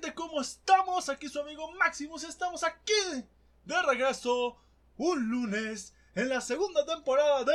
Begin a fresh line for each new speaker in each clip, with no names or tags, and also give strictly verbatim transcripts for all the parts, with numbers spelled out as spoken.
gente, ¿cómo estamos? Aquí su amigo Maximus, estamos aquí de regreso un lunes en la segunda temporada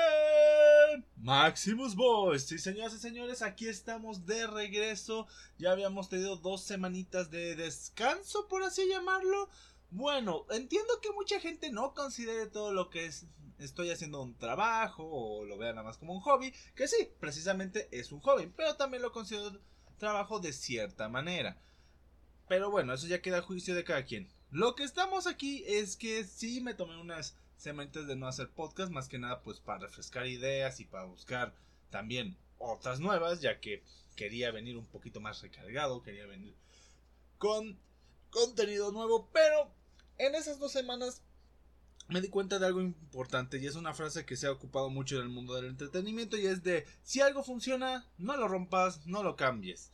de Maximus Boys. Sí, señoras y señores, aquí estamos de regreso. Ya habíamos tenido dos semanitas de descanso, por así llamarlo. Bueno, entiendo que mucha gente no considere todo lo que es, estoy haciendo un trabajo o lo vea nada más como un hobby, que sí, precisamente es un hobby, pero también lo considero trabajo de cierta manera. Pero bueno, eso ya queda a juicio de cada quien. Lo que estamos aquí es que sí me tomé unas semanitas de no hacer podcast, más que nada pues para refrescar ideas y para buscar también otras nuevas, ya que quería venir un poquito más recargado, quería venir con contenido nuevo, pero en esas dos semanas me di cuenta de algo importante y es una frase que se ha ocupado mucho en el mundo del entretenimiento y es de: si algo funciona, no lo rompas, no lo cambies.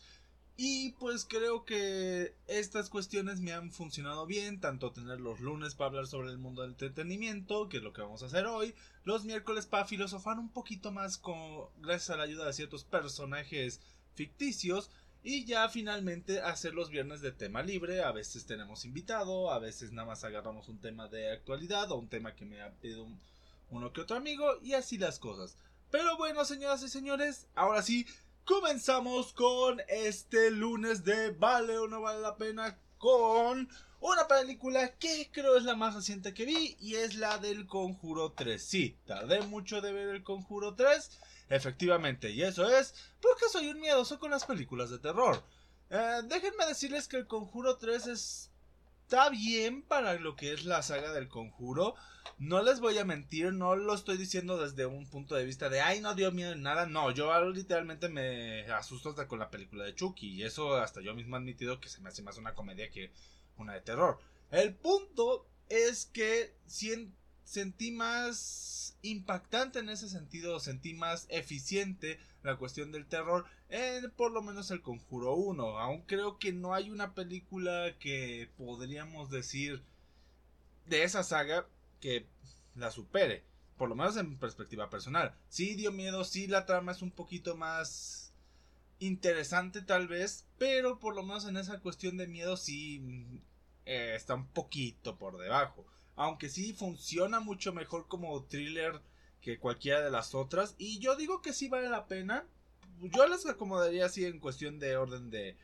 Y pues creo que estas cuestiones me han funcionado bien, tanto tener los lunes para hablar sobre el mundo del entretenimiento, que es lo que vamos a hacer hoy, los miércoles para filosofar un poquito más con, gracias a la ayuda de ciertos personajes ficticios, y ya finalmente hacer los viernes de tema libre. A veces tenemos invitado, a veces nada más agarramos un tema de actualidad o un tema que me ha pedido un, uno que otro amigo, y así las cosas. Pero bueno, señoras y señores, ahora sí, comenzamos con este lunes de ¿vale o no vale la pena? Con una película que creo es la más reciente que vi, y es la del Conjuro tres. Sí, tardé mucho de ver el Conjuro tres, efectivamente, y eso es porque soy un miedoso con las películas de terror. Eh, déjenme decirles que el Conjuro tres es... está bien para lo que es la saga del Conjuro. No les voy a mentir, no lo estoy diciendo desde un punto de vista de ay, no dio miedo en nada. No, yo literalmente me asusto hasta con la película de Chucky, y eso hasta yo mismo he admitido que se me hace más una comedia que una de terror. El punto es que si sentí más impactante en ese sentido, sentí más eficiente la cuestión del terror en por lo menos el Conjuro uno. Aún creo que no hay una película que podríamos decir de esa saga que la supere, por lo menos en perspectiva personal. Sí dio miedo, sí la trama es un poquito más interesante tal vez, pero por lo menos en esa cuestión de miedo sí eh, está un poquito por debajo. Aunque sí funciona mucho mejor como thriller que cualquiera de las otras, y yo digo que sí vale la pena. Yo las acomodaría así en cuestión de orden de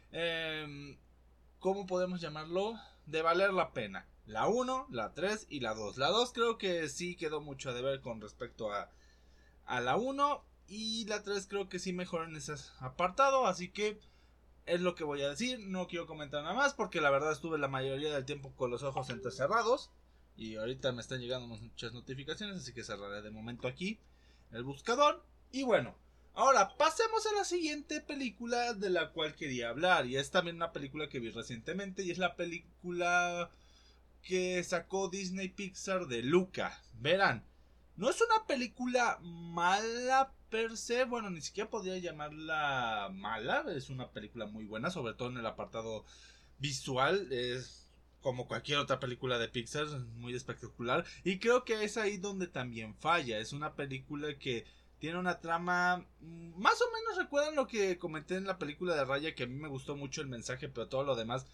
eh, ¿cómo podemos llamarlo? De valer la pena. La uno, la tres y la dos. La dos creo que sí quedó mucho a deber con respecto a, a la uno, y la tres creo que sí mejoró en ese apartado, así que es lo que voy a decir. No quiero comentar nada más porque la verdad estuve la mayoría del tiempo con los ojos entrecerrados y ahorita me están llegando muchas notificaciones, así que cerraré de momento aquí el buscador. Y bueno, ahora pasemos a la siguiente película de la cual quería hablar, y es también una película que vi recientemente, y es la película que sacó Disney Pixar de Luca. Verán, no es una película mala per se, bueno, ni siquiera podría llamarla mala, es una película muy buena, sobre todo en el apartado visual, es como cualquier otra película de Pixar, muy espectacular, y creo que es ahí donde también falla. Es una película que tiene una trama más o menos, recuerdan lo que comenté en la película de Raya, que a mí me gustó mucho el mensaje, pero todo lo demás,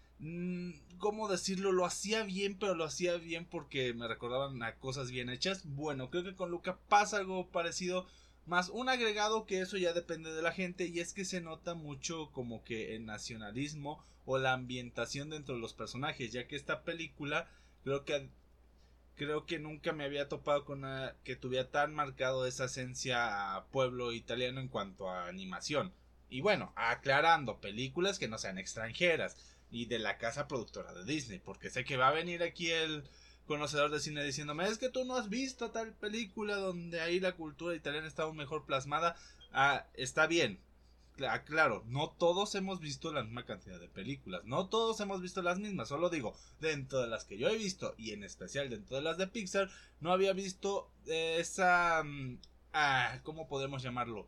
¿cómo decirlo? Lo hacía bien, pero lo hacía bien porque me recordaban a cosas bien hechas. Bueno, creo que con Luca pasa algo parecido, más un agregado que eso ya depende de la gente, y es que se nota mucho como que el nacionalismo o la ambientación dentro de los personajes, ya que esta película creo que creo que nunca me había topado con una que tuviera tan marcado esa esencia a pueblo italiano en cuanto a animación. Y bueno, aclarando, películas que no sean extranjeras y de la casa productora de Disney, porque sé que va a venir aquí el conocedor de cine diciéndome: es que tú no has visto tal película donde ahí la cultura italiana está aún mejor plasmada. Ah, está bien, claro, no todos hemos visto la misma cantidad de películas, no todos hemos visto las mismas, solo digo, dentro de las que yo he visto, y en especial dentro de las de Pixar, no había visto esa... Ah, ¿cómo podemos llamarlo?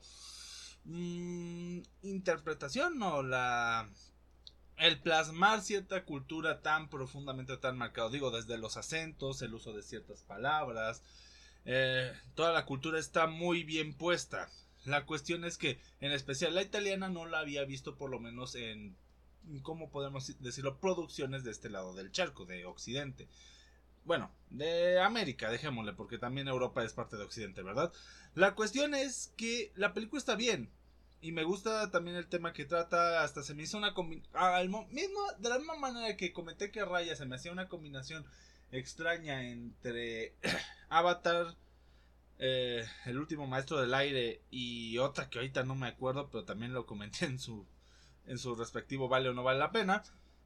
Mm, interpretación, no, la... el plasmar cierta cultura tan profundamente, tan marcado, digo, desde los acentos, el uso de ciertas palabras, eh, toda la cultura está muy bien puesta. La cuestión es que, en especial la italiana, no la había visto por lo menos en ¿cómo podemos decirlo? Producciones de este lado del charco, de Occidente. Bueno, de América, dejémosle, porque también Europa es parte de Occidente, ¿verdad? La cuestión es que la película está bien. Y me gusta también el tema que trata. Hasta se me hizo una combinación. De la misma manera que comenté que Raya se me hacía una combinación extraña entre Avatar, eh, El último maestro del aire, y otra que ahorita no me acuerdo, pero también lo comenté en su, en su respectivo Vale o no vale la pena.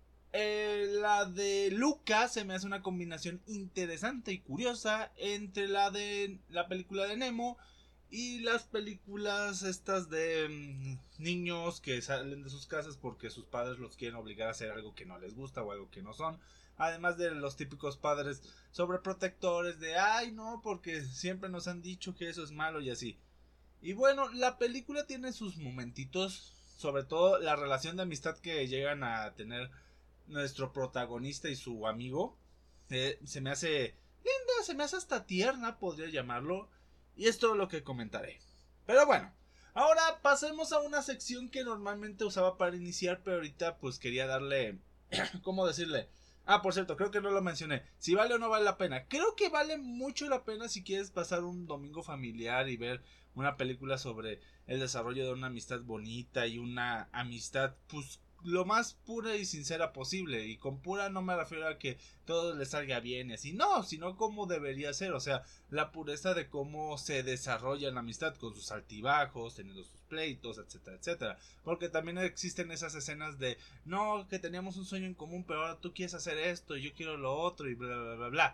Eh, la de Luca se me hace una combinación interesante y curiosa entre la de la película de Nemo y las películas estas de mmm, niños que salen de sus casas porque sus padres los quieren obligar a hacer algo que no les gusta o algo que no son. Además de los típicos padres sobreprotectores de ay no, porque siempre nos han dicho que eso es malo y así. Y bueno, la película tiene sus momentitos, sobre todo la relación de amistad que llegan a tener nuestro protagonista y su amigo. Eh, se me hace linda, se me hace hasta tierna, podría llamarlo. Y es todo lo que comentaré. Pero bueno, ahora pasemos a una sección que normalmente usaba para iniciar, pero ahorita pues quería darle, ¿cómo decirle? Ah, por cierto, creo que no lo mencioné. Si vale o no vale la pena. Creo que vale mucho la pena si quieres pasar un domingo familiar y ver una película sobre el desarrollo de una amistad bonita y una amistad pues lo más pura y sincera posible. Y con pura no me refiero a que todo le salga bien y así, no, sino como debería ser. O sea, la pureza de cómo se desarrolla la amistad, con sus altibajos, teniendo sus pleitos, etcétera, etcétera. Porque también existen esas escenas de no, que teníamos un sueño en común, pero ahora tú quieres hacer esto y yo quiero lo otro y bla bla bla bla.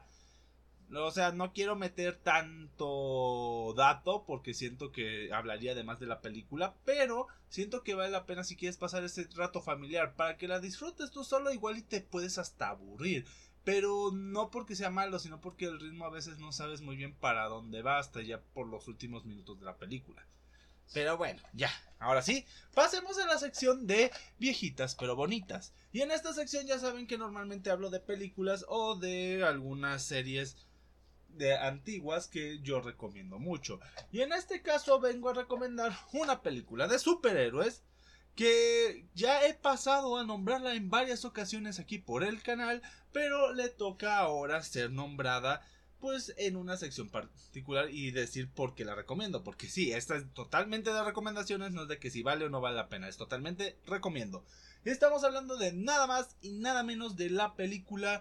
O sea, no quiero meter tanto dato porque siento que hablaría además de la película, pero siento que vale la pena si quieres pasar ese rato familiar para que la disfrutes tú solo, igual y te puedes hasta aburrir, pero no porque sea malo, sino porque el ritmo a veces no sabes muy bien para dónde va hasta ya por los últimos minutos de la película. Pero bueno, ya, ahora sí, pasemos a la sección de viejitas pero bonitas. Y en esta sección ya saben que normalmente hablo de películas o de algunas series de antiguas que yo recomiendo mucho. Y en este caso vengo a recomendar una película de superhéroes que ya he pasado a nombrarla en varias ocasiones aquí por el canal, pero le toca ahora ser nombrada pues en una sección particular y decir por qué la recomiendo, porque sí, esta es totalmente de recomendaciones, no es de que si vale o no vale la pena, es totalmente recomiendo. Estamos hablando de nada más y nada menos de la película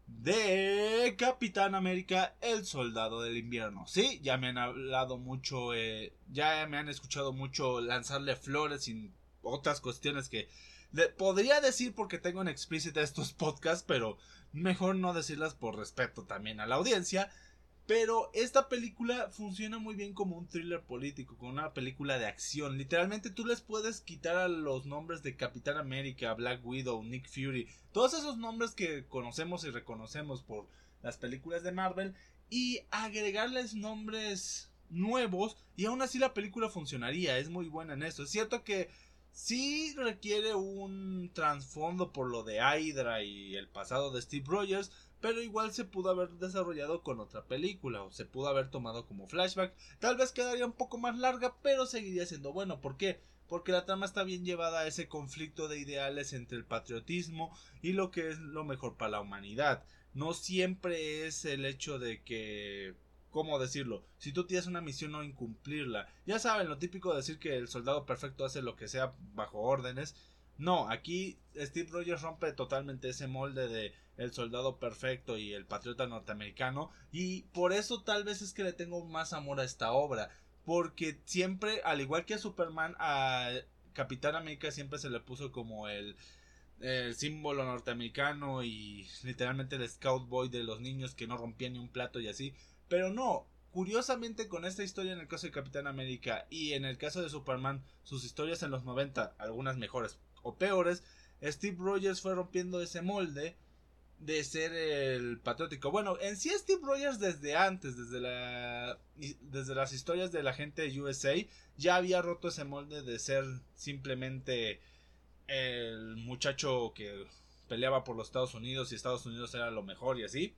de Capitán América, el Soldado del Invierno. Sí, ya me han hablado mucho, eh, ya me han escuchado mucho lanzarle flores y otras cuestiones que de, podría decir porque tengo en explícita estos podcasts, pero mejor no decirlas por respeto también a la audiencia. Pero esta película funciona muy bien como un thriller político, como una película de acción. Literalmente tú les puedes quitar a los nombres de Capitán América, Black Widow, Nick Fury, todos esos nombres que conocemos y reconocemos por las películas de Marvel, y agregarles nombres nuevos y aún así la película funcionaría. Es muy buena en eso. Es cierto que sí requiere un trasfondo por lo de Hydra y el pasado de Steve Rogers, pero igual se pudo haber desarrollado con otra película o se pudo haber tomado como flashback. Tal vez quedaría un poco más larga, pero seguiría siendo bueno. ¿Por qué? Porque la trama está bien llevada a ese conflicto de ideales entre el patriotismo y lo que es lo mejor para la humanidad. No siempre es el hecho de que, ¿cómo decirlo? Si tú tienes una misión, no incumplirla. Ya saben, lo típico de decir que el soldado perfecto hace lo que sea bajo órdenes. No, aquí Steve Rogers rompe totalmente ese molde de el soldado perfecto y el patriota norteamericano, y por eso tal vez es que le tengo más amor a esta obra, porque siempre, al igual que a Superman, a Capitán América siempre se le puso como el, el símbolo norteamericano y literalmente el scout boy de los niños que no rompía ni un plato y así, pero no. Curiosamente, con esta historia en el caso de Capitán América y en el caso de Superman, sus historias en los noventa, algunas mejores o peores, Steve Rogers fue rompiendo ese molde de ser el patriótico. Bueno, en sí Steve Rogers desde antes, desde la desde las historias de la gente de U S A, ya había roto ese molde de ser simplemente el muchacho que peleaba por los Estados Unidos y Estados Unidos era lo mejor y así.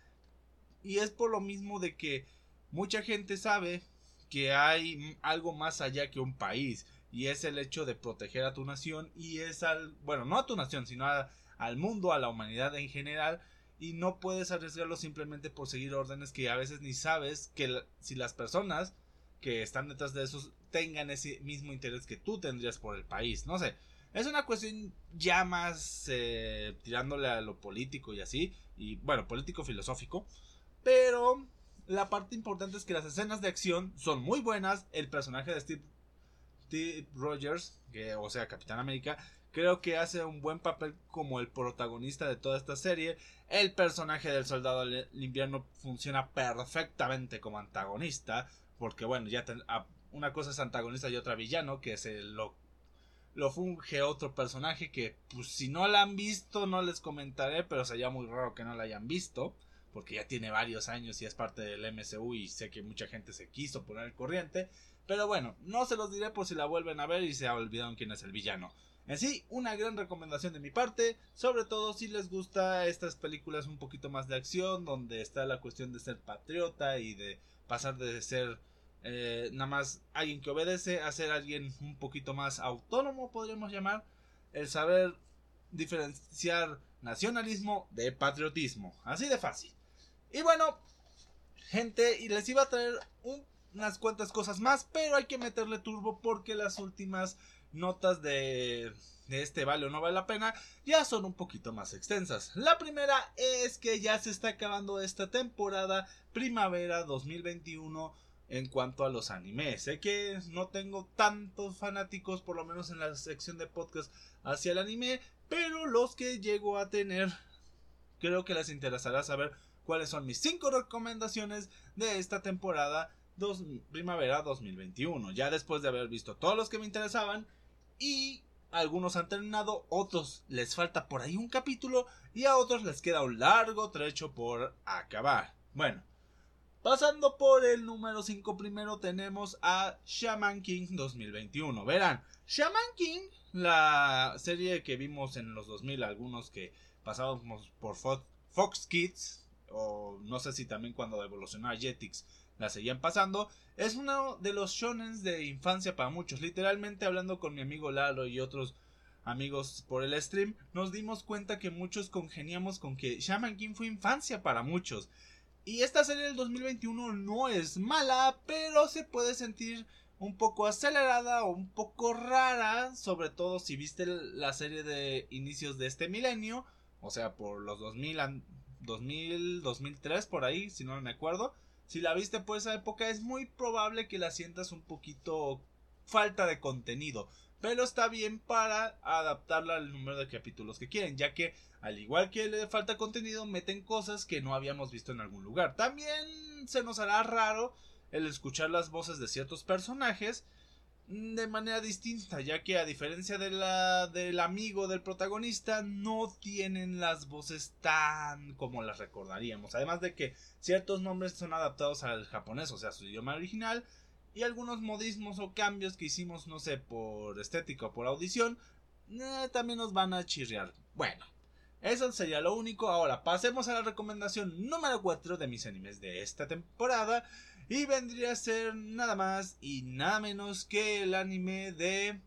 Y es por lo mismo de que mucha gente sabe que hay algo más allá que un país, y es el hecho de proteger a tu nación y es al, bueno, no a tu nación, sino a, al mundo, a la humanidad en general, y no puedes arriesgarlo simplemente por seguir órdenes que a veces ni sabes que la, si las personas que están detrás de esos tengan ese mismo interés que tú tendrías por el país, no sé. Es una cuestión ya más eh, tirándole a lo político y así, y bueno, político filosófico, pero la parte importante es que las escenas de acción son muy buenas. El personaje de Steve, Steve Rogers, que, o sea, Capitán América, creo que hace un buen papel como el protagonista de toda esta serie. El personaje del Soldado del Invierno funciona perfectamente como antagonista, porque bueno, ya ten, una cosa es antagonista y otra villano, que es el, lo lo funge otro personaje que, pues, si no la han visto, no les comentaré, pero sería muy raro que no la hayan visto, porque ya tiene varios años y es parte del M C U y sé que mucha gente se quiso poner al corriente, pero bueno, no se los diré por si la vuelven a ver y se olvidaron quién es el villano. En sí, una gran recomendación de mi parte, sobre todo si les gusta estas películas un poquito más de acción, donde está la cuestión de ser patriota y de pasar de ser Eh, nada más alguien que obedece a ser alguien un poquito más autónomo, podríamos llamar, el saber diferenciar nacionalismo de patriotismo, así de fácil. Y bueno, gente, y les iba a traer un, unas cuantas cosas más, pero hay que meterle turbo porque las últimas notas de, de este vale o no vale la pena ya son un poquito más extensas. La primera es que ya se está acabando esta temporada primavera dos mil veintiuno en cuanto a los animes. Sé que no tengo tantos fanáticos, por lo menos en la sección de podcast, hacia el anime, pero los que llego a tener, creo que les interesará saber cuáles son mis cinco recomendaciones de esta temporada dos, primavera dos mil veintiuno. Ya después de haber visto todos los que me interesaban, y algunos han terminado, otros les falta por ahí un capítulo y a otros les queda un largo trecho por acabar. Bueno, pasando por el número cinco primero tenemos a Shaman King dos mil veintiuno. Verán, Shaman King, la serie que vimos en los dos mil, algunos que pasábamos por Fox Kids, o no sé si también cuando evolucionó a Jetix la seguían pasando, es uno de los shonens de infancia para muchos. Literalmente, hablando con mi amigo Lalo y otros amigos por el stream, nos dimos cuenta que muchos congeniamos con que Shaman King fue infancia para muchos. Y esta serie del dos mil veintiuno no es mala, pero se puede sentir un poco acelerada o un poco rara, sobre todo si viste la serie de inicios de este milenio, o sea, por los dos mil, dos mil, dos mil tres, por ahí, si no me acuerdo. Si la viste por esa época, es muy probable que la sientas un poquito falta de contenido, pero está bien para adaptarla al número de capítulos que quieren, ya que al igual que le falta contenido, meten cosas que no habíamos visto en algún lugar. También se nos hará raro el escuchar las voces de ciertos personajes de manera distinta, ya que a diferencia de la, del amigo del protagonista, no tienen las voces tan como las recordaríamos. Además de que ciertos nombres son adaptados al japonés, o sea, su idioma original, y algunos modismos o cambios que hicimos, no sé, por estética o por audición, eh, también nos van a chirriar. Bueno, eso sería lo único. Ahora pasemos a la recomendación número cuatro de mis animes de esta temporada, y vendría a ser nada más y nada menos que el anime de...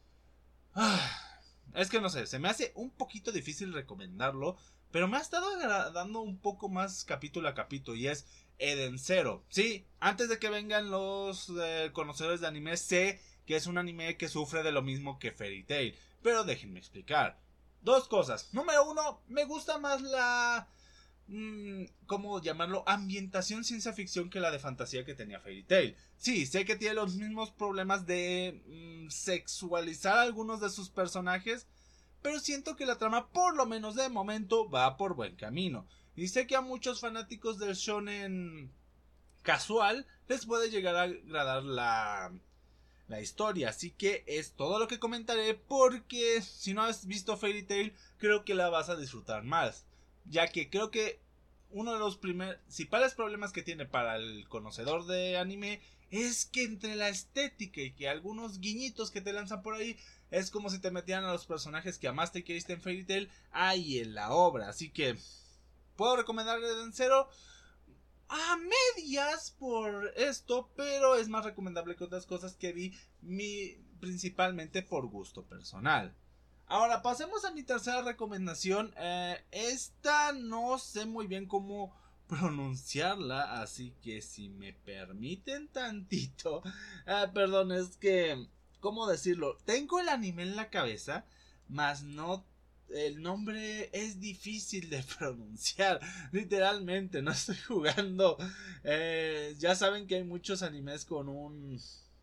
Ah, es que no sé, se me hace un poquito difícil recomendarlo, pero me ha estado agradando un poco más capítulo a capítulo, y es Eden Zero. Sí, antes de que vengan los eh, conocedores de anime, sé que es un anime que sufre de lo mismo que Fairy Tail, pero déjenme explicar. Dos cosas. Número uno, me gusta más la... Mmm, ¿cómo llamarlo? Ambientación ciencia ficción que la de fantasía que tenía Fairy Tail. Sí, sé que tiene los mismos problemas de mmm, sexualizar a algunos de sus personajes, pero siento que la trama, por lo menos de momento, va por buen camino. Y sé que a muchos fanáticos del shonen casual les puede llegar a agradar la... la historia, así que es todo lo que comentaré, porque si no has visto Fairy Tail, creo que la vas a disfrutar más, ya que creo que uno de los primer, principales problemas que tiene para el conocedor de anime es que entre la estética y que algunos guiñitos que te lanzan por ahí, es como si te metieran a los personajes que amaste y queriste en Fairy Tail ahí en la obra. Así que puedo recomendarle Eden Zero a medias por esto, pero es más recomendable que otras cosas que vi. Mi principalmente por gusto personal. Ahora pasemos a mi tercera recomendación. Eh, esta no sé muy bien cómo pronunciarla, así que si me permiten tantito, eh, perdón, es que, ¿cómo decirlo? Tengo el anime en la cabeza, mas no, el nombre es difícil de pronunciar, literalmente, no estoy jugando. Eh, ya saben que hay muchos animes con un,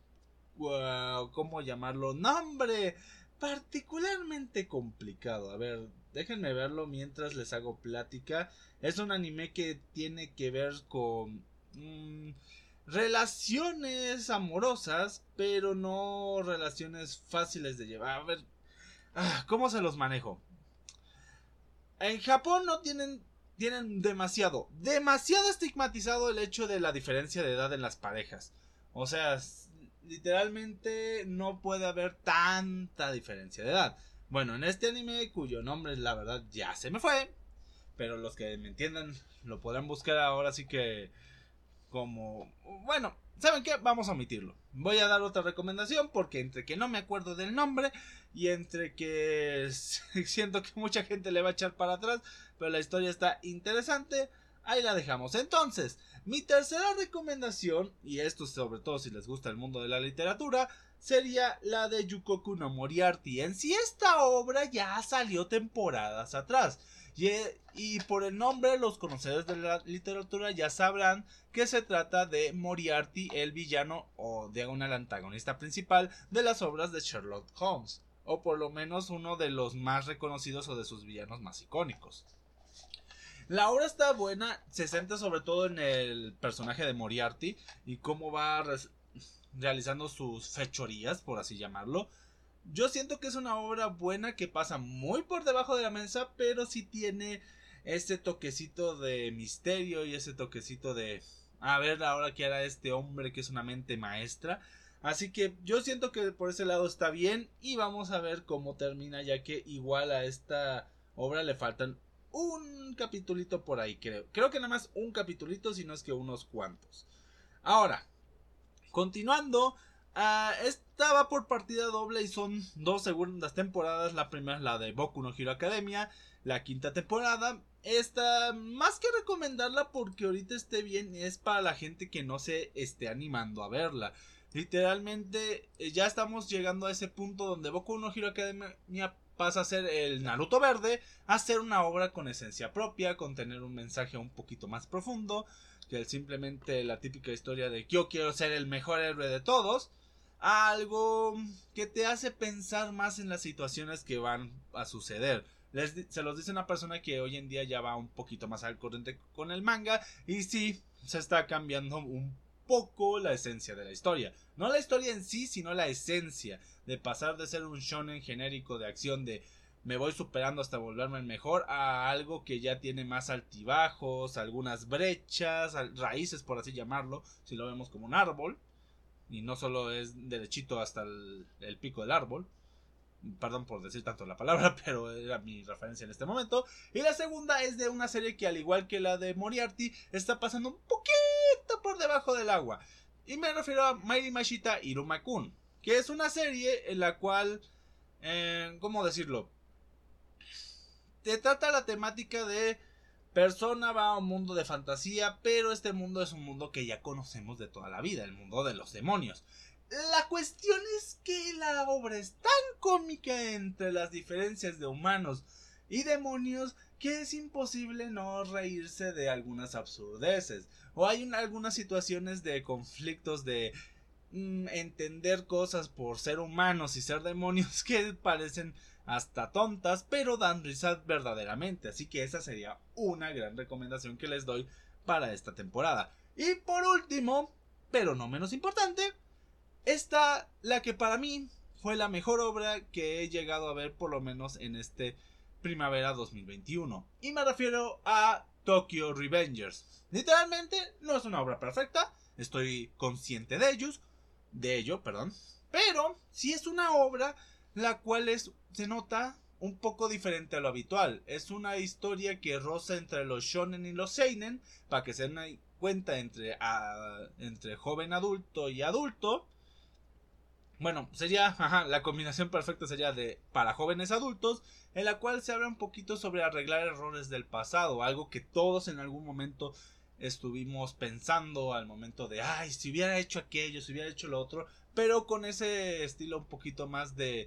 uh, ¿cómo llamarlo? Nombre particularmente complicado. A ver, déjenme verlo mientras les hago plática. Es un anime que tiene que ver con mmm, relaciones amorosas, pero no relaciones fáciles de llevar. A ver, ah, ¿cómo se los manejo? En Japón no tienen tienen demasiado, demasiado estigmatizado el hecho de la diferencia de edad en las parejas. O sea, literalmente no puede haber tanta diferencia de edad. Bueno, en este anime, cuyo nombre la verdad ya se me fue, pero los que me entiendan lo podrán buscar ahora, así que como, bueno, ¿saben qué? Vamos a omitirlo. Voy a dar otra recomendación porque entre que no me acuerdo del nombre y entre que siento que mucha gente le va a echar para atrás, pero la historia está interesante, ahí la dejamos. Entonces, mi tercera recomendación, y esto sobre todo si les gusta el mundo de la literatura, sería la de Yukoku no Moriarty. En sí esta obra ya salió temporadas atrás. Y, y por el nombre los conocedores de la literatura ya sabrán que se trata de Moriarty, el villano o de un antagonista principal de las obras de Sherlock Holmes, o por lo menos uno de los más reconocidos o de sus villanos más icónicos. La obra está buena, se centra sobre todo en el personaje de Moriarty y cómo va re realizando sus fechorías, por así llamarlo. Yo siento que es una obra buena que pasa muy por debajo de la mesa, pero sí tiene ese toquecito de misterio y ese toquecito de a ver ahora qué hará este hombre que es una mente maestra. Así que yo siento que por ese lado está bien y vamos a ver cómo termina, ya que igual a esta obra le faltan un capitulito por ahí, creo. Creo que nada más un capitulito, si no es que unos cuantos. Ahora, continuando, uh, esta va por partida doble y son dos segundas temporadas. La primera es la de Boku no Hero Academia, la quinta temporada. Esta, más que recomendarla porque ahorita esté bien, es para la gente que no se esté animando a verla. Literalmente ya estamos llegando a ese punto donde Boku no Hero Academia pasa a ser el Naruto verde, a ser una obra con esencia propia, con tener un mensaje un poquito más profundo que simplemente la típica historia de yo quiero ser el mejor héroe de todos. Algo que te hace pensar más en las situaciones que van a suceder. Les, se los dice una persona que hoy en día ya va un poquito más al corriente con el manga y sí, se está cambiando un poco la esencia de la historia. No la historia en sí, sino la esencia de pasar de ser un shonen genérico de acción de me voy superando hasta volverme el mejor a algo que ya tiene más altibajos, algunas brechas, raíces por así llamarlo, si lo vemos como un árbol y no solo es derechito hasta el, el pico del árbol. Perdón por decir tanto la palabra, pero era mi referencia en este momento. Y la segunda es de una serie que al igual que la de Moriarty está pasando un poquito por debajo del agua. Y me refiero a Mairi Mashita Iruma-kun, que es una serie en la cual, eh, ¿cómo decirlo? Te trata la temática de persona va a un mundo de fantasía, pero este mundo es un mundo que ya conocemos de toda la vida, el mundo de los demonios. La cuestión es que la obra es tan cómica entre las diferencias de humanos y demonios que es imposible no reírse de algunas absurdeces. O hay un, algunas situaciones de conflictos de mmm, entender cosas por ser humanos y ser demonios que parecen hasta tontas, pero dan risa verdaderamente. Así que esa sería una gran recomendación que les doy para esta temporada. Y por último, pero no menos importante, esta, la que para mí fue la mejor obra que he llegado a ver por lo menos en este primavera dos mil veintiuno. Y me refiero a Tokyo Revengers. Literalmente no es una obra perfecta, estoy consciente de ellos, de ello, perdón. Pero sí es una obra la cual es, se nota un poco diferente a lo habitual. Es una historia que roza entre los shonen y los seinen, para que se den cuenta entre, a, entre joven adulto y adulto. bueno, sería, ajá, la combinación perfecta sería de para jóvenes adultos, en la cual se habla un poquito sobre arreglar errores del pasado, algo que todos en algún momento estuvimos pensando al momento de, ay, si hubiera hecho aquello, si hubiera hecho lo otro, pero con ese estilo un poquito más de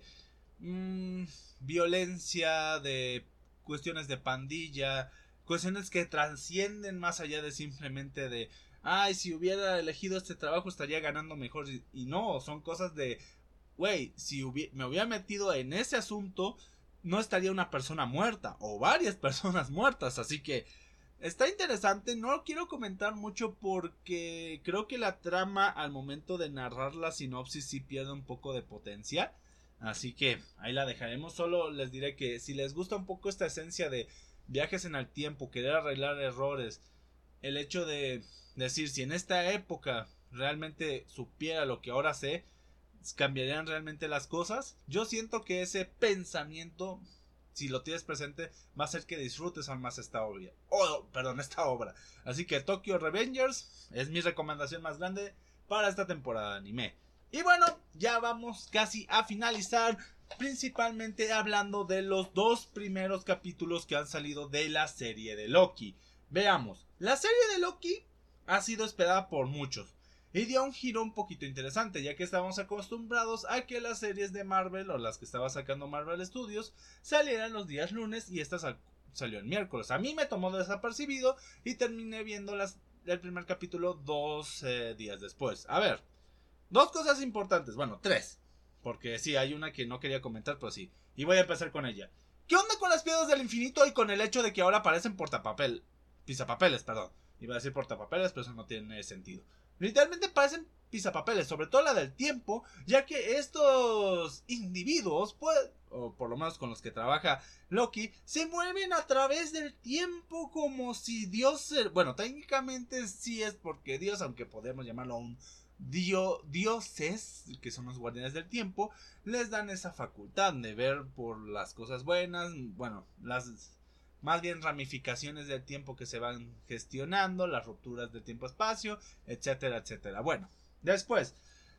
mmm, violencia, de cuestiones de pandilla, cuestiones que trascienden más allá de simplemente de, ay, si hubiera elegido este trabajo estaría ganando mejor. Y, y no, son cosas de, güey, si hubi- me hubiera metido en ese asunto, no estaría una persona muerta o varias personas muertas. Así que está interesante. No lo quiero comentar mucho porque creo que la trama al momento de narrar la sinopsis sí pierde un poco de potencia. Así que ahí la dejaremos. Solo les diré que si les gusta un poco esta esencia de viajes en el tiempo, querer arreglar errores, el hecho de decir si en esta época realmente supiera lo que ahora sé, cambiarían realmente las cosas. Yo siento que ese pensamiento, si lo tienes presente, va a hacer que disfrutes aún más esta obra. Oh, perdón, esta obra. Así que Tokyo Revengers es mi recomendación más grande para esta temporada de anime. Y bueno, ya vamos casi a finalizar, principalmente hablando de los dos primeros capítulos que han salido de la serie de Loki. Veamos, la serie de Loki ha sido esperada por muchos y dio un giro un poquito interesante, ya que estábamos acostumbrados a que las series de Marvel o las que estaba sacando Marvel Studios salieran los días lunes y esta sal salió el miércoles. A mí me tomó desapercibido y terminé viendo las, el primer capítulo dos eh, días después. A ver, dos cosas importantes, bueno, tres, porque sí, hay una que no quería comentar, pero sí, y voy a empezar con ella. ¿Qué onda con las piedras del infinito y con el hecho de que ahora aparecen portapapel? Pisapapeles, perdón. Iba a decir portapapeles, pero eso no tiene sentido. Literalmente parecen pisapapeles, sobre todo la del tiempo, ya que estos individuos, pues, o por lo menos con los que trabaja Loki, se mueven a través del tiempo como si Dios, bueno, técnicamente sí es porque Dios, aunque podemos llamarlo un dio, dioses, que son los guardianes del tiempo, les dan esa facultad de ver por las cosas buenas, bueno, las más bien ramificaciones del tiempo que se van gestionando, las rupturas del tiempo-espacio, etcétera, etcétera. Bueno, después,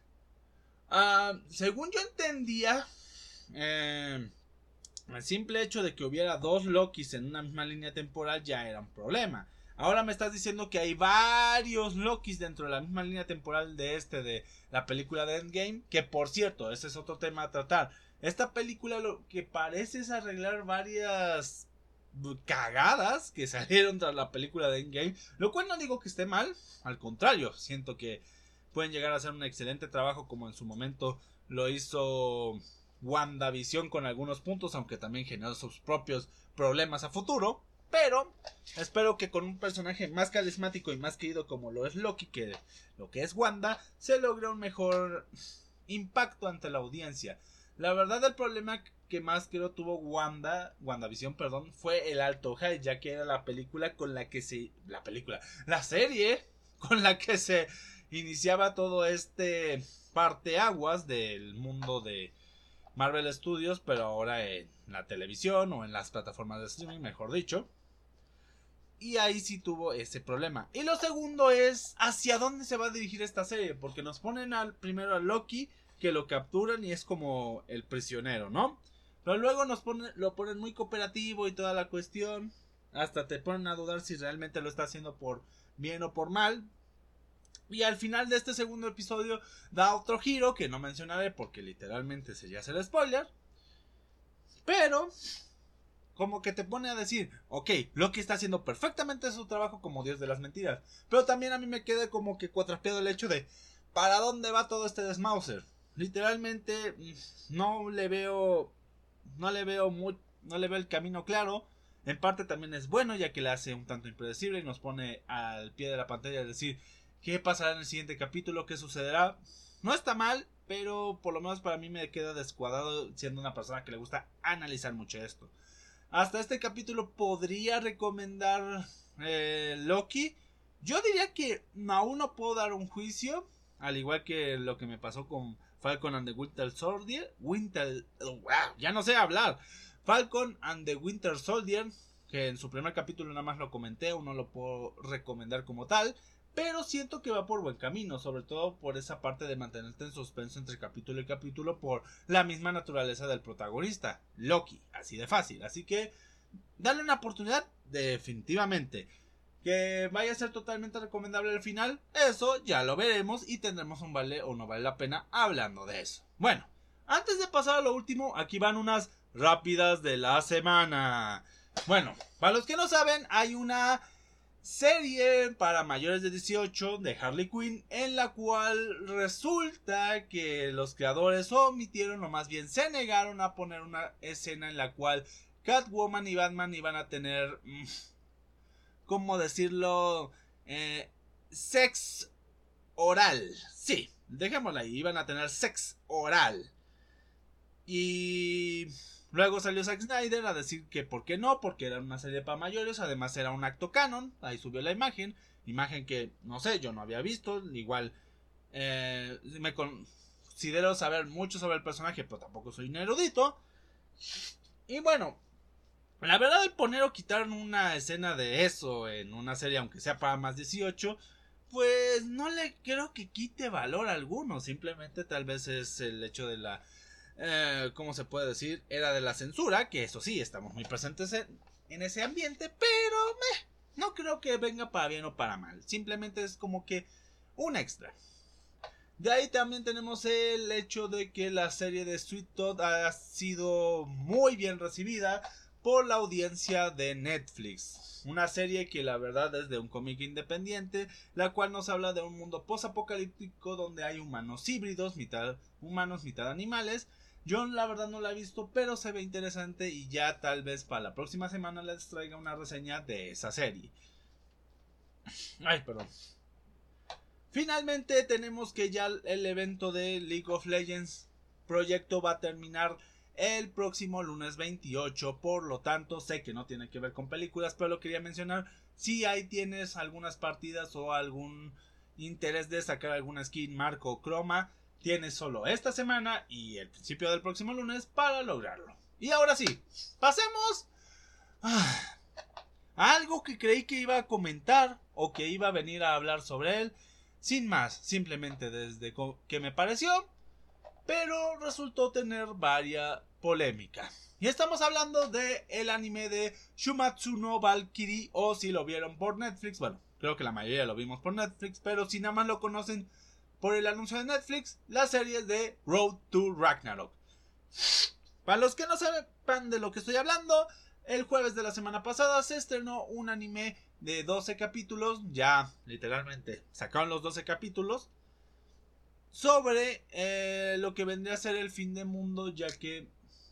uh, según yo entendía, eh, el simple hecho de que hubiera dos Lokis en una misma línea temporal ya era un problema. Ahora me estás diciendo que hay varios Lokis dentro de la misma línea temporal de este, de la película de Endgame, que por cierto, ese es otro tema a tratar. Esta película lo que parece es arreglar varias cagadas que salieron tras la película de Endgame, lo cual no digo que esté mal, al contrario, siento que pueden llegar a hacer un excelente trabajo como en su momento lo hizo WandaVision con algunos puntos, aunque también generó sus propios problemas a futuro, pero espero que con un personaje más carismático y más querido como lo es Loki, que lo que es Wanda, se logre un mejor impacto ante la audiencia. La verdad, el problema que más creo tuvo Wanda, WandaVision, perdón, fue el alto hype, ya que era la película con la que se, la película, la serie con la que se iniciaba todo este parteaguas del mundo de Marvel Studios, pero ahora en la televisión o en las plataformas de streaming, mejor dicho. Y ahí sí tuvo ese problema. Y lo segundo es hacia dónde se va a dirigir esta serie, porque nos ponen al primero a Loki, que lo capturan y es como el prisionero, ¿no? Pero luego nos ponen, lo ponen muy cooperativo y toda la cuestión. Hasta te ponen a dudar si realmente lo está haciendo por bien o por mal. Y al final de este segundo episodio da otro giro que no mencionaré porque literalmente sería hacer spoiler. Pero como que te pone a decir, ok, Loki está haciendo perfectamente su trabajo como Dios de las mentiras. Pero también a mí me queda como que cuatrapeado el hecho de, ¿para dónde va todo este desmauser? Literalmente no le veo, no le veo muy, no le veo el camino claro. En parte también es bueno, ya que le hace un tanto impredecible y nos pone al pie de la pantalla a decir qué pasará en el siguiente capítulo, qué sucederá. No está mal, pero por lo menos para mí me queda descuadrado siendo una persona que le gusta analizar mucho esto. Hasta este capítulo podría recomendar eh, Loki. Yo diría que aún no puedo dar un juicio, al igual que lo que me pasó con Falcon and the Winter Soldier. Winter, wow, ya no sé hablar. Falcon and the Winter Soldier, que en su primer capítulo nada más lo comenté, aún no lo puedo recomendar como tal. pero siento que va por buen camino, sobre todo por esa parte de mantenerte en suspenso entre capítulo y capítulo por la misma naturaleza del protagonista, Loki, así de fácil. Así que dale una oportunidad, definitivamente. Que vaya a ser totalmente recomendable al final, eso ya lo veremos y tendremos un vale o no vale la pena hablando de eso. Bueno, antes de pasar a lo último, aquí van unas rápidas de la semana. Bueno, para los que no saben, hay una serie para mayores de dieciocho de Harley Quinn, en la cual resulta que los creadores omitieron, o más bien se negaron a poner una escena en la cual Catwoman y Batman iban a tener, ¿cómo decirlo? Eh, sex oral. Sí, dejémosla ahí, iban a tener sex oral. Y luego salió Zack Snyder a decir que por qué no, porque era una serie para mayores, además era un acto canon. Ahí subió la imagen, imagen que no sé, yo no había visto. Igual eh, me considero saber mucho sobre el personaje, pero tampoco soy un erudito. Y bueno, la verdad, el poner o quitar una escena de eso en una serie, aunque sea para más dieciocho, pues no le creo que quite valor alguno. Simplemente tal vez es el hecho de la Eh, ¿cómo se puede decir? Era de la censura, que eso sí, estamos muy presentes en, en ese ambiente, pero meh, no creo que venga para bien o para mal, simplemente es como que un extra. De ahí también tenemos el hecho de que la serie de Sweet Tooth ha sido muy bien recibida por la audiencia de Netflix. Una serie que la verdad es de un cómic independiente, la cual nos habla de un mundo post-apocalíptico donde hay humanos híbridos, mitad humanos, mitad animales. Yo la verdad no la he visto, pero se ve interesante y ya tal vez para la próxima semana les traiga una reseña de esa serie. Ay, perdón. Finalmente tenemos que ya el evento de League of Legends proyecto va a terminar el próximo lunes veintiocho, por lo tanto sé que no tiene que ver con películas, pero lo quería mencionar. Si ahí tienes algunas partidas o algún interés de sacar alguna skin, marco o croma, tienes solo esta semana y el principio del próximo lunes para lograrlo. Y ahora sí, pasemos a algo que creí que iba a comentar o que iba a venir a hablar sobre él. Sin más, simplemente desde que me pareció, pero resultó tener varias polémica. Y estamos hablando de el anime de Shumatsu no Valkyrie, o si lo vieron por Netflix, bueno, creo que la mayoría lo vimos por Netflix, pero si nada más lo conocen por el anuncio de Netflix, la serie de Road to Ragnarok. Para los que no sepan de lo que estoy hablando, el jueves de la semana pasada se estrenó un anime de doce capítulos, ya literalmente sacaron los doce capítulos, sobre eh, lo que vendría a ser el fin del mundo, ya que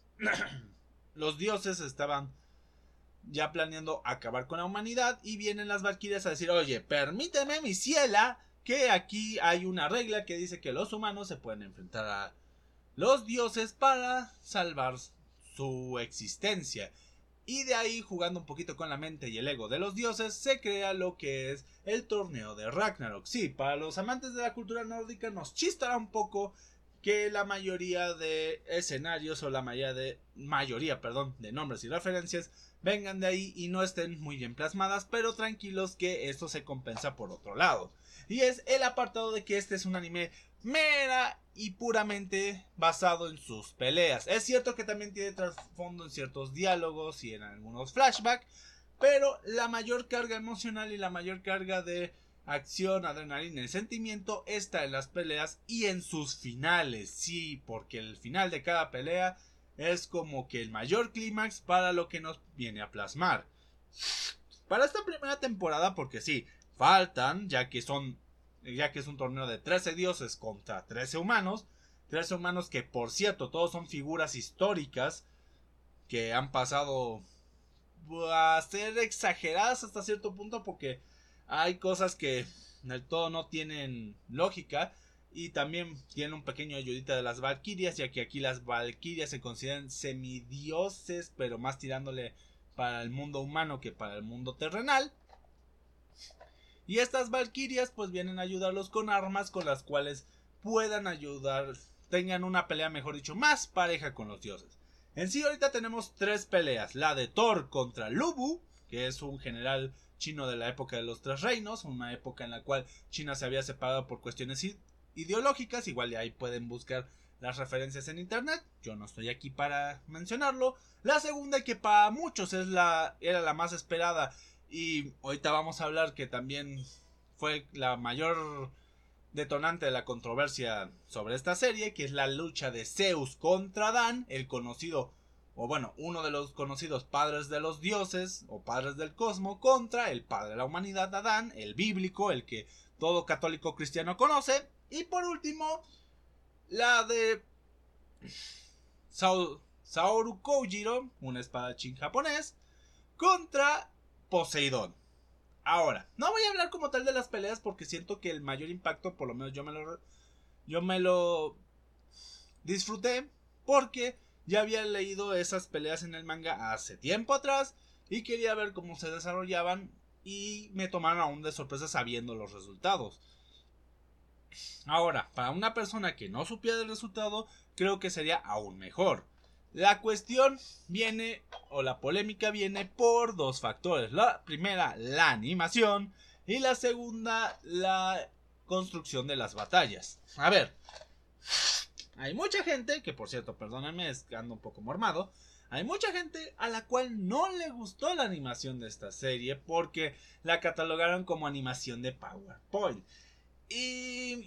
los dioses estaban ya planeando acabar con la humanidad y vienen las valquirias a decir: oye, permíteme, mi ciela, que aquí hay una regla que dice que los humanos se pueden enfrentar a los dioses para salvar su existencia. Y de ahí, jugando un poquito con la mente y el ego de los dioses, se crea lo que es el torneo de Ragnarok. Sí, para los amantes de la cultura nórdica nos chistará un poco que la mayoría de escenarios o la mayoría de, mayoría, perdón, de nombres y referencias vengan de ahí y no estén muy bien plasmadas, pero tranquilos que esto se compensa por otro lado. Y es el apartado de que este es un anime mera y puramente basado en sus peleas. Es cierto que también tiene trasfondo en ciertos diálogos y en algunos flashbacks, pero la mayor carga emocional y la mayor carga de acción, adrenalina y sentimiento está en las peleas y en sus finales. Sí, porque el final de cada pelea es como que el mayor clímax para lo que nos viene a plasmar. Para esta primera temporada, porque sí, faltan, ya que son ya que es un torneo de trece dioses contra trece humanos, trece humanos que, por cierto, todos son figuras históricas que han pasado a ser exageradas hasta cierto punto, porque hay cosas que del todo no tienen lógica. Y también tienen un pequeño ayudita de las valquirias, ya que aquí las valquirias se consideran semidioses, pero más tirándole para el mundo humano que para el mundo terrenal. Y estas valquirias pues vienen a ayudarlos con armas con las cuales puedan ayudar, tengan una pelea, mejor dicho, más pareja con los dioses. En sí ahorita tenemos tres peleas: la de Thor contra Lubu, que es un general chino de la época de los Tres Reinos, una época en la cual China se había separado por cuestiones ideológicas. Igual de ahí pueden buscar las referencias en internet, yo no estoy aquí para mencionarlo. La segunda, que para muchos es la, era la más esperada, y ahorita vamos a hablar que también fue la mayor detonante de la controversia sobre esta serie, que es la lucha de Zeus contra Dan, el conocido, o bueno, uno de los conocidos padres de los dioses o padres del cosmos, contra el padre de la humanidad, Adán, el bíblico, el que todo católico cristiano conoce. Y por último, la de Sao, Saoru Kojiro, un espadachín japonés, contra Poseidón. Ahora, no voy a hablar como tal de las peleas porque siento que el mayor impacto, por lo menos yo me lo, yo me lo disfruté, porque ya había leído esas peleas en el manga hace tiempo atrás y quería ver cómo se desarrollaban, y me tomaron aún de sorpresa sabiendo los resultados. Ahora, para una persona que no supiera del resultado, creo que sería aún mejor. La cuestión viene, o la polémica viene por dos factores. La primera, la animación, y la segunda, la construcción de las batallas. A ver, hay mucha gente, que por cierto, perdónenme, es que ando un poco mormado. Hay mucha gente a la cual no le gustó la animación de esta serie porque la catalogaron como animación de PowerPoint. Y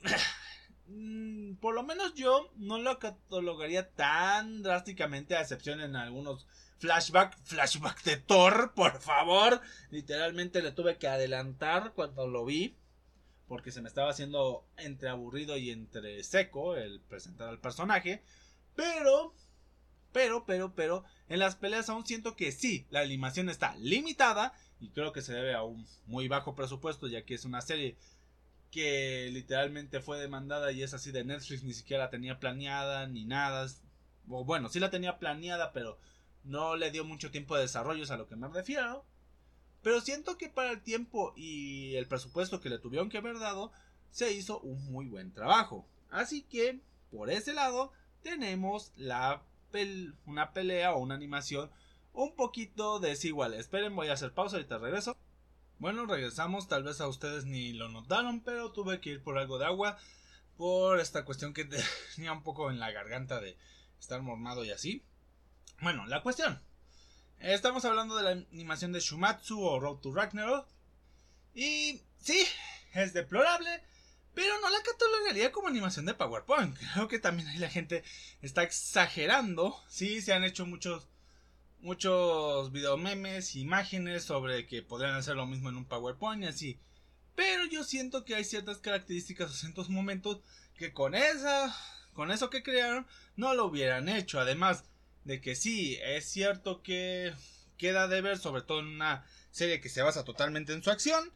por lo menos yo no lo catalogaría tan drásticamente, a excepción en algunos flashback, flashback de Thor, por favor. Literalmente le tuve que adelantar cuando lo vi, porque se me estaba haciendo entre aburrido y entre seco el presentar al personaje. Pero, pero, pero, pero, en las peleas aún siento que sí, la animación está limitada, y creo que se debe a un muy bajo presupuesto, ya que es una serie que literalmente fue demandada y es así de Netflix, ni siquiera la tenía planeada ni nada. O bueno, sí la tenía planeada, pero no le dio mucho tiempo de desarrollo, es a lo que me refiero. Pero siento que para el tiempo y el presupuesto que le tuvieron que haber dado, se hizo un muy buen trabajo. Así que, por ese lado, tenemos la pel- una pelea o una animación un poquito desigual. Esperen, voy a hacer pausa, ahorita regreso. Bueno, regresamos, tal vez a ustedes ni lo notaron, pero tuve que ir por algo de agua por esta cuestión que tenía un poco en la garganta de estar mormado y así. Bueno, la cuestión. Estamos hablando de la animación de Shumatsu o Road to Ragnarok. Y sí, es deplorable, pero no la catalogaría como animación de PowerPoint. Creo que también ahí la gente está exagerando. Sí, se han hecho muchos muchos videomemes, imágenes sobre que podrían hacer lo mismo en un PowerPoint y así. Pero yo siento que hay ciertas características o ciertos momentos que con esa, con eso que crearon, no lo hubieran hecho. Además de que sí, es cierto que queda de ver, sobre todo en una serie que se basa totalmente en su acción.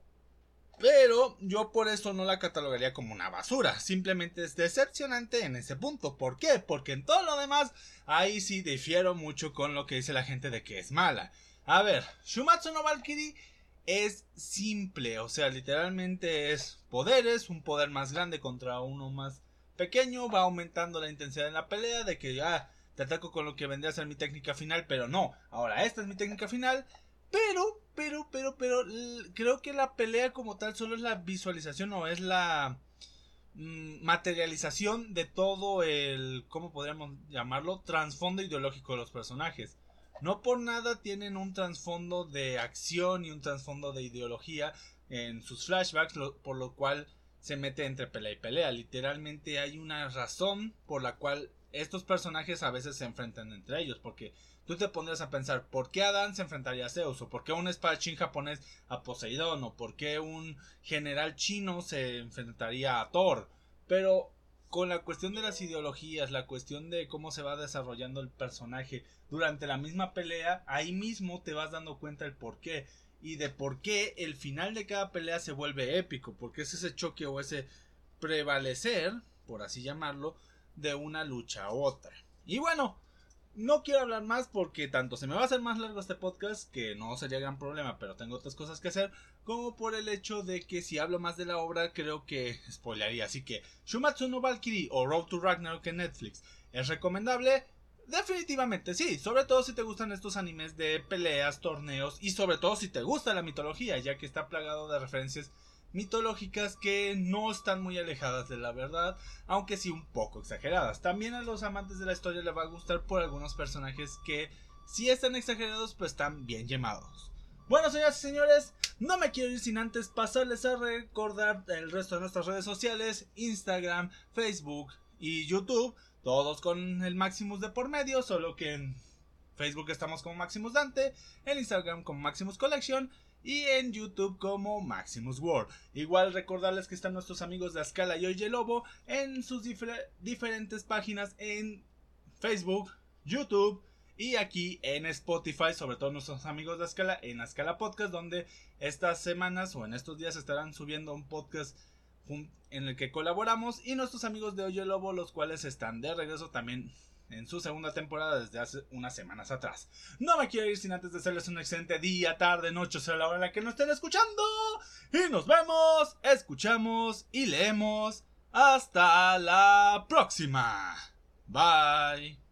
Pero yo por eso no la catalogaría como una basura. Simplemente es decepcionante en ese punto. ¿Por qué? Porque en todo lo demás, ahí sí difiero mucho con lo que dice la gente de que es mala. A ver, Shumatsu no Valkyrie es simple. O sea, literalmente es poderes. Un poder más grande contra uno más pequeño. Va aumentando la intensidad en la pelea. De que ya ah, te ataco con lo que vendría a ser mi técnica final. Pero no, ahora esta es mi técnica final. Pero, pero, pero, pero, creo que la pelea como tal solo es la visualización o es la mmm, materialización de todo el, ¿cómo podríamos llamarlo? Trasfondo ideológico de los personajes. No por nada tienen un trasfondo de acción y un trasfondo de ideología en sus flashbacks, lo, por lo cual se mete entre pelea y pelea. Literalmente hay una razón por la cual estos personajes a veces se enfrentan entre ellos, porque tú te pondrías a pensar, ¿por qué Adán se enfrentaría a Zeus? ¿O por qué un espadachín japonés a Poseidón? ¿O por qué un general chino se enfrentaría a Thor? Pero con la cuestión de las ideologías, la cuestión de cómo se va desarrollando el personaje durante la misma pelea, ahí mismo te vas dando cuenta el por qué. Y de por qué el final de cada pelea se vuelve épico. Porque es ese choque o ese prevalecer, por así llamarlo, de una lucha a otra. Y bueno, no quiero hablar más porque tanto se me va a hacer más largo este podcast, que no sería gran problema, pero tengo otras cosas que hacer, como por el hecho de que si hablo más de la obra creo que spoilearía. Así que Shumatsu no Valkyrie o Road to Ragnarok en Netflix es recomendable. Definitivamente sí, sobre todo si te gustan estos animes de peleas, torneos y sobre todo si te gusta la mitología, ya que está plagado de referencias mitológicas que no están muy alejadas de la verdad, aunque sí un poco exageradas. También a los amantes de la historia les va a gustar por algunos personajes que si están exagerados pues están bien llamados. Bueno, señoras y señores, no me quiero ir sin antes pasarles a recordar el resto de nuestras redes sociales: Instagram, Facebook y YouTube, todos con el Maximus de por medio, solo que en Facebook estamos como Maximus Dante, en Instagram como Maximus Collection y en YouTube como Maximus World. Igual recordarles que están nuestros amigos de Azcala y Oye Lobo en sus difer- diferentes páginas en Facebook, YouTube y aquí en Spotify, sobre todo nuestros amigos de Azcala en Azcala Podcast, donde estas semanas o en estos días estarán subiendo un podcast en el que colaboramos, y nuestros amigos de Oye Lobo, los cuales están de regreso también en su segunda temporada desde hace unas semanas atrás. No me quiero ir sin antes desearles un excelente día, tarde, noche, o sea la hora en la que nos estén escuchando, y nos vemos, escuchamos y leemos hasta la próxima. Bye.